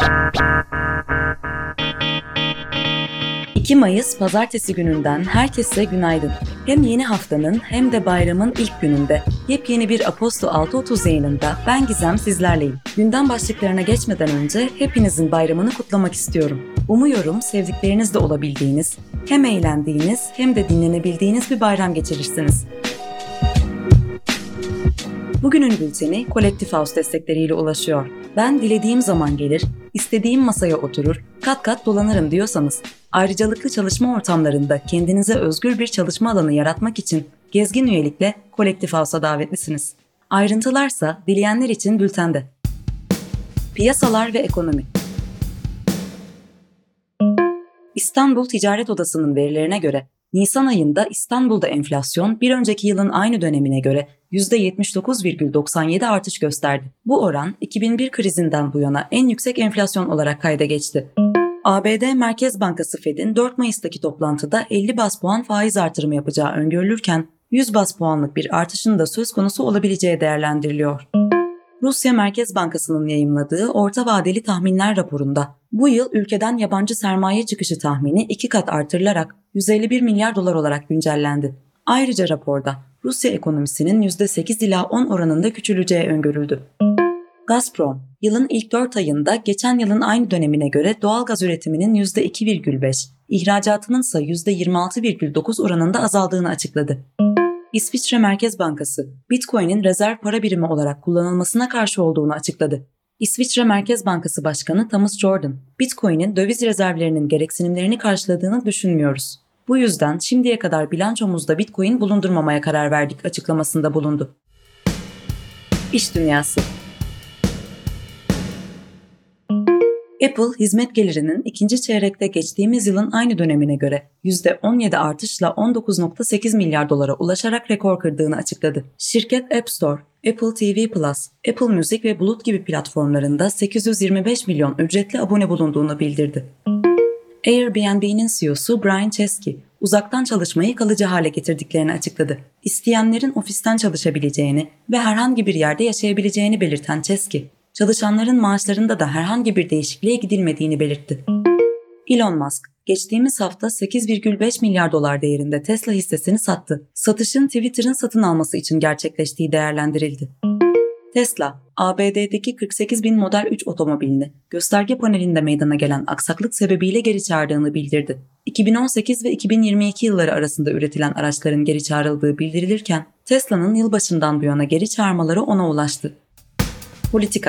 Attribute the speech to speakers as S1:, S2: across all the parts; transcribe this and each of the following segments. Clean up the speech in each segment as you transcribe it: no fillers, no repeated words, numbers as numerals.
S1: ...2 Mayıs Pazartesi gününden herkese günaydın. Hem yeni haftanın hem de bayramın ilk gününde yepyeni bir Aposto 6.30 yayınında ben Gizem sizlerleyim. Gündem başlıklarına geçmeden önce hepinizin bayramını kutlamak istiyorum. Umuyorum sevdiklerinizle olabildiğiniz, hem eğlendiğiniz hem de dinlenebildiğiniz bir bayram geçirirsiniz. Bugünün bülteni Kolektif House destekleriyle ulaşıyor. Ben dilediğim zaman gelir, istediğim masaya oturur, kat kat dolanırım diyorsanız, ayrıcalıklı çalışma ortamlarında kendinize özgür bir çalışma alanı yaratmak için gezgin üyelikle Kolektif House'a davetlisiniz. Ayrıntılarsa dileyenler için bültende. Piyasalar ve ekonomi. İstanbul Ticaret Odası'nın verilerine göre Nisan ayında İstanbul'da enflasyon bir önceki yılın aynı dönemine göre %79,97 artış gösterdi. Bu oran 2001 krizinden bu yana en yüksek enflasyon olarak kayda geçti. ABD Merkez Bankası Fed'in 4 Mayıs'taki toplantıda 50 baz puan faiz artırımı yapacağı öngörülürken 100 baz puanlık bir artışın da söz konusu olabileceği değerlendiriliyor. Rusya Merkez Bankası'nın yayımladığı orta vadeli tahminler raporunda bu yıl ülkeden yabancı sermaye çıkışı tahmini 2 kat artırılarak 151 milyar dolar olarak güncellendi. Ayrıca raporda Rusya ekonomisinin %8 ila 10 oranında küçüleceği öngörüldü. Gazprom, yılın ilk 4 ayında geçen yılın aynı dönemine göre doğal gaz üretiminin %2,5, ihracatının ise %26,9 oranında azaldığını açıkladı. İsviçre Merkez Bankası, Bitcoin'in rezerv para birimi olarak kullanılmasına karşı olduğunu açıkladı. İsviçre Merkez Bankası Başkanı Thomas Jordan, Bitcoin'in döviz rezervlerinin gereksinimlerini karşıladığını düşünmüyoruz. Bu yüzden şimdiye kadar bilançomuzda Bitcoin bulundurmamaya karar verdik açıklamasında bulundu. İş dünyası. Apple, hizmet gelirinin ikinci çeyrekte geçtiğimiz yılın aynı dönemine göre %17 artışla 19,8 milyar dolara ulaşarak rekor kırdığını açıkladı. Şirket App Store, Apple TV+, Apple Music ve Bulut gibi platformlarında 825 milyon ücretli abone bulunduğunu bildirdi. Airbnb'nin CEO'su Brian Chesky, uzaktan çalışmayı kalıcı hale getirdiklerini açıkladı. İsteyenlerin ofisten çalışabileceğini ve herhangi bir yerde yaşayabileceğini belirten Chesky, çalışanların maaşlarında da herhangi bir değişikliğe gidilmediğini belirtti. Elon Musk, geçtiğimiz hafta 8,5 milyar dolar değerinde Tesla hissesini sattı. Satışın Twitter'ın satın alması için gerçekleştiği değerlendirildi. Tesla, ABD'deki 48.000 Model 3 otomobilini gösterge panelinde meydana gelen aksaklık sebebiyle geri çağırdığını bildirdi. 2018 ve 2022 yılları arasında üretilen araçların geri çağrıldığı bildirilirken, Tesla'nın yılbaşından bu yana geri çağırmaları ona ulaştı. Politika.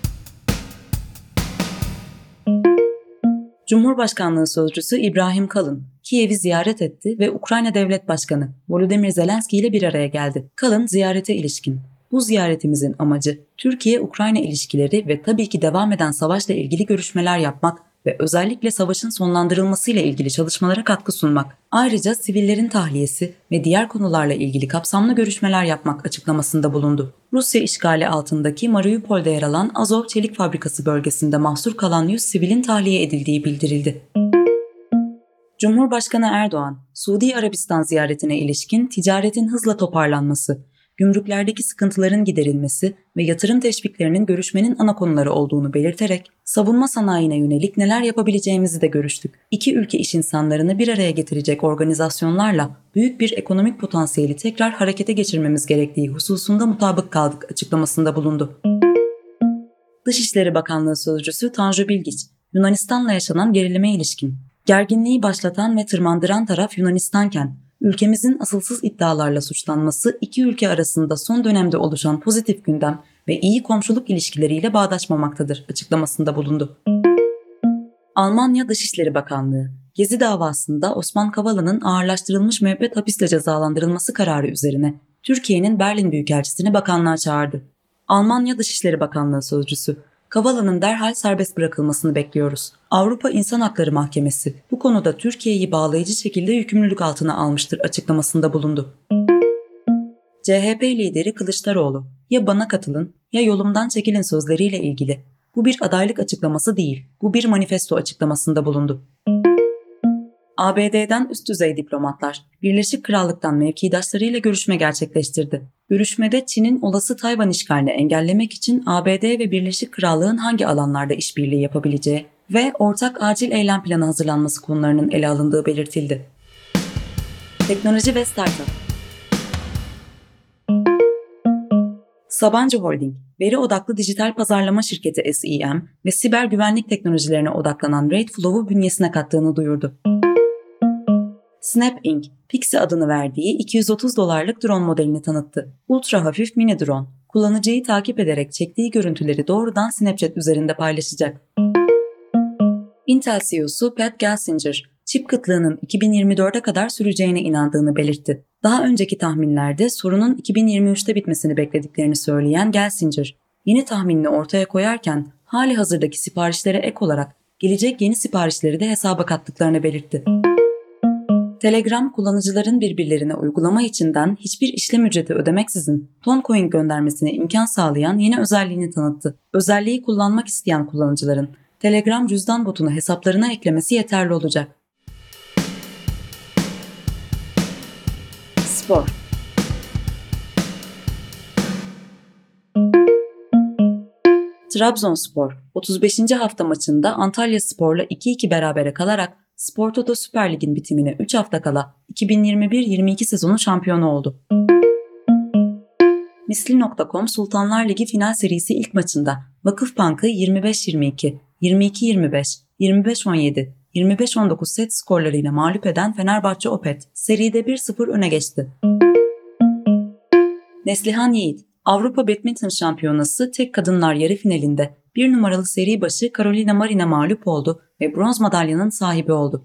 S1: Cumhurbaşkanlığı Sözcüsü İbrahim Kalın, Kiev'i ziyaret etti ve Ukrayna Devlet Başkanı Volodymyr Zelenski ile bir araya geldi. Kalın ziyarete ilişkin, "Bu ziyaretimizin amacı Türkiye-Ukrayna ilişkileri ve tabii ki devam eden savaşla ilgili görüşmeler yapmak ve özellikle savaşın sonlandırılmasıyla ilgili çalışmalara katkı sunmak. Ayrıca sivillerin tahliyesi ve diğer konularla ilgili kapsamlı görüşmeler yapmak" açıklamasında bulundu. Rusya işgali altındaki Mariupol'de yer alan Azov Çelik Fabrikası bölgesinde mahsur kalan 100 sivilin tahliye edildiği bildirildi. Cumhurbaşkanı Erdoğan, Suudi Arabistan ziyaretine ilişkin ticaretin hızla toparlanması, gümrüklerdeki sıkıntıların giderilmesi ve yatırım teşviklerinin görüşmenin ana konuları olduğunu belirterek savunma sanayine yönelik neler yapabileceğimizi de görüştük. İki ülke iş insanlarını bir araya getirecek organizasyonlarla büyük bir ekonomik potansiyeli tekrar harekete geçirmemiz gerektiği hususunda mutabık kaldık açıklamasında bulundu. Dışişleri Bakanlığı Sözcüsü Tanju Bilgiç, Yunanistan'la yaşanan gerilime ilişkin, gerginliği başlatan ve tırmandıran taraf Yunanistanken, ülkemizin asılsız iddialarla suçlanması iki ülke arasında son dönemde oluşan pozitif gündem ve iyi komşuluk ilişkileriyle bağdaşmamaktadır açıklamasında bulundu. Almanya Dışişleri Bakanlığı, Gezi davasında Osman Kavala'nın ağırlaştırılmış müebbet hapisle cezalandırılması kararı üzerine Türkiye'nin Berlin Büyükelçisini bakanlığa çağırdı. Almanya Dışişleri Bakanlığı Sözcüsü, "Kavala'nın derhal serbest bırakılmasını bekliyoruz. Avrupa İnsan Hakları Mahkemesi bu konuda Türkiye'yi bağlayıcı şekilde yükümlülük altına almıştır" açıklamasında bulundu. CHP lideri Kılıçdaroğlu, "Ya bana katılın ya yolumdan çekilin" sözleriyle ilgili "Bu bir adaylık açıklaması değil, bu bir manifesto" açıklamasında bulundu. ABD'den üst düzey diplomatlar Birleşik Krallık'tan mevkidaşlarıyla görüşme gerçekleştirdi. Görüşmede Çin'in olası Tayvan işgalini engellemek için ABD ve Birleşik Krallık'ın hangi alanlarda işbirliği yapabileceği ve ortak acil eylem planı hazırlanması konularının ele alındığı belirtildi. Teknoloji ve Startup. Sabancı Holding, veri odaklı dijital pazarlama şirketi SEM ve siber güvenlik teknolojilerine odaklanan Raidflow'u bünyesine kattığını duyurdu. Snap Inc., Pixie adını verdiği $230 drone modelini tanıttı. Ultra hafif mini drone, kullanıcıyı takip ederek çektiği görüntüleri doğrudan Snapchat üzerinde paylaşacak. Intel CEO'su Pat Gelsinger, çip kıtlığının 2024'e kadar süreceğine inandığını belirtti. Daha önceki tahminlerde sorunun 2023'te bitmesini beklediklerini söyleyen Gelsinger, yeni tahminini ortaya koyarken hali hazırdaki siparişlere ek olarak gelecek yeni siparişleri de hesaba kattıklarını belirtti. Telegram, kullanıcıların birbirlerine uygulama içinden hiçbir işlem ücreti ödemeksizin Toncoin göndermesine imkan sağlayan yeni özelliğini tanıttı. Özelliği kullanmak isteyen kullanıcıların Telegram cüzdan botunu hesaplarına eklemesi yeterli olacak. Spor. Trabzonspor 35. hafta maçında Antalyaspor'la 2-2 berabere kalarak Spor Toto Süper Lig'in bitimine 3 hafta kala 2021-22 sezonu şampiyonu oldu. Misli.com Sultanlar Ligi final serisi ilk maçında Vakıfbank'ı 25-22, 22-25, 25-17, 25-19 set skorlarıyla mağlup eden Fenerbahçe Opet seride 1-0 öne geçti. Neslihan Yiğit, Avrupa Badminton Şampiyonası tek kadınlar yarı finalinde 1 numaralı seri başı Carolina Marin'e mağlup oldu ve bronz madalyanın sahibi oldu.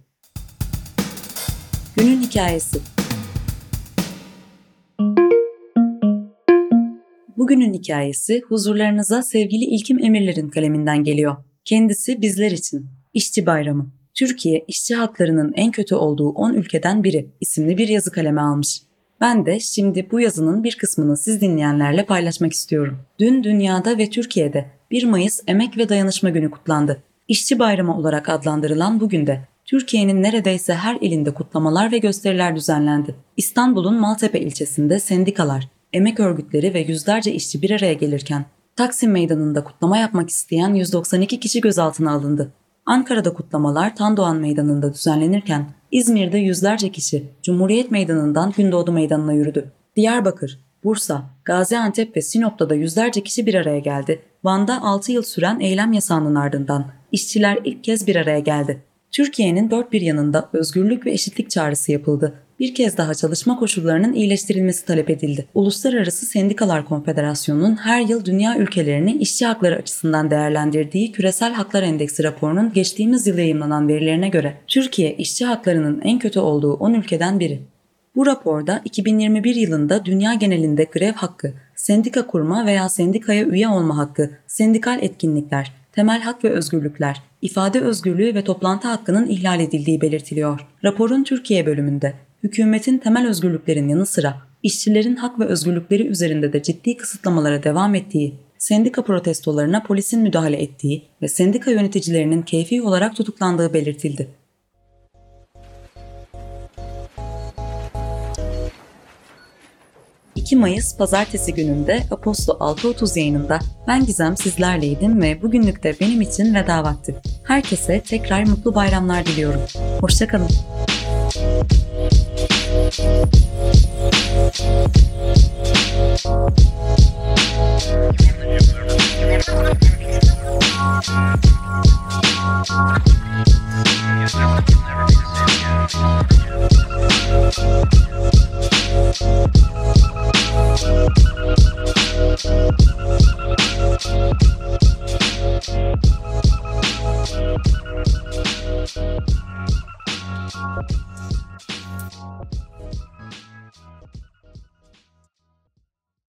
S1: Günün hikayesi. Bugünün hikayesi huzurlarınıza sevgili İlkim Emirler'in kaleminden geliyor. Kendisi bizler için. İşçi Bayramı. Türkiye, işçi haklarının en kötü olduğu 10 ülkeden biri isimli bir yazı kaleme almış. Ben de şimdi bu yazının bir kısmını siz dinleyenlerle paylaşmak istiyorum. Dün dünyada ve Türkiye'de 1 Mayıs Emek ve Dayanışma Günü kutlandı. İşçi Bayramı olarak adlandırılan bugün de Türkiye'nin neredeyse her ilinde kutlamalar ve gösteriler düzenlendi. İstanbul'un Maltepe ilçesinde sendikalar, emek örgütleri ve yüzlerce işçi bir araya gelirken Taksim Meydanı'nda kutlama yapmak isteyen 192 kişi gözaltına alındı. Ankara'da kutlamalar Tandoğan Meydanı'nda düzenlenirken İzmir'de yüzlerce kişi Cumhuriyet Meydanı'ndan Gündoğdu Meydanı'na yürüdü. Diyarbakır, Bursa, Gaziantep ve Sinop'ta da yüzlerce kişi bir araya geldi. Van'da 6 yıl süren eylem yasağının ardından işçiler ilk kez bir araya geldi. Türkiye'nin dört bir yanında özgürlük ve eşitlik çağrısı yapıldı. Bir kez daha çalışma koşullarının iyileştirilmesi talep edildi. Uluslararası Sendikalar Konfederasyonu'nun her yıl dünya ülkelerini işçi hakları açısından değerlendirdiği Küresel Haklar Endeksi raporunun geçtiğimiz yıl yayımlanan verilerine göre Türkiye işçi haklarının en kötü olduğu 10 ülkeden biri. Bu raporda 2021 yılında dünya genelinde grev hakkı, sendika kurma veya sendikaya üye olma hakkı, sendikal etkinlikler, temel hak ve özgürlükler, ifade özgürlüğü ve toplantı hakkının ihlal edildiği belirtiliyor. Raporun Türkiye bölümünde hükümetin temel özgürlüklerin yanı sıra işçilerin hak ve özgürlükleri üzerinde de ciddi kısıtlamalara devam ettiği, sendika protestolarına polisin müdahale ettiği ve sendika yöneticilerinin keyfi olarak tutuklandığı belirtildi. ...2 Mayıs Pazartesi gününde Aposto 6.30 yayınında ben Gizem sizlerleydim ve bugünlük de benim için veda vakti. Herkese tekrar mutlu bayramlar diliyorum. Hoşça kalın.